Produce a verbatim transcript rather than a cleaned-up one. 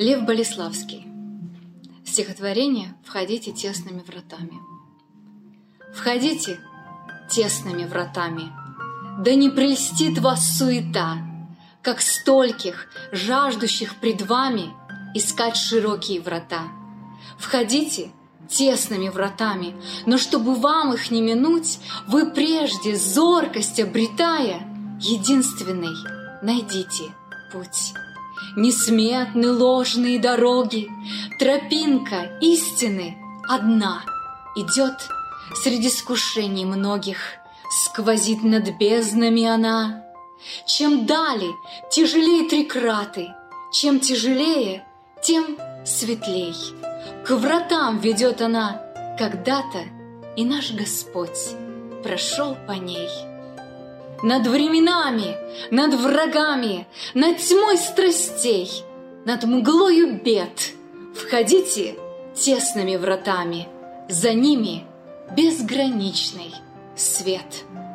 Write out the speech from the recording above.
Лев Болеславский. Стихотворение «Входите тесными вратами». Входите тесными вратами, да не прельстит вас суета, как стольких, жаждущих пред вами искать широкие врата. Входите тесными вратами, но чтобы вам их не минуть, вы прежде, зоркость обретая, единственный найдите путь. Несметны ложные дороги, тропинка истины одна идет среди искушений многих, сквозит над безднами она. Чем дали, тяжелее трикраты, чем тяжелее, тем светлей. К вратам ведет она когда-то, и наш Господь прошел по ней. Над временами, над врагами, над тьмой страстей, над мглою бед входите тесными вратами, за ними безграничный свет.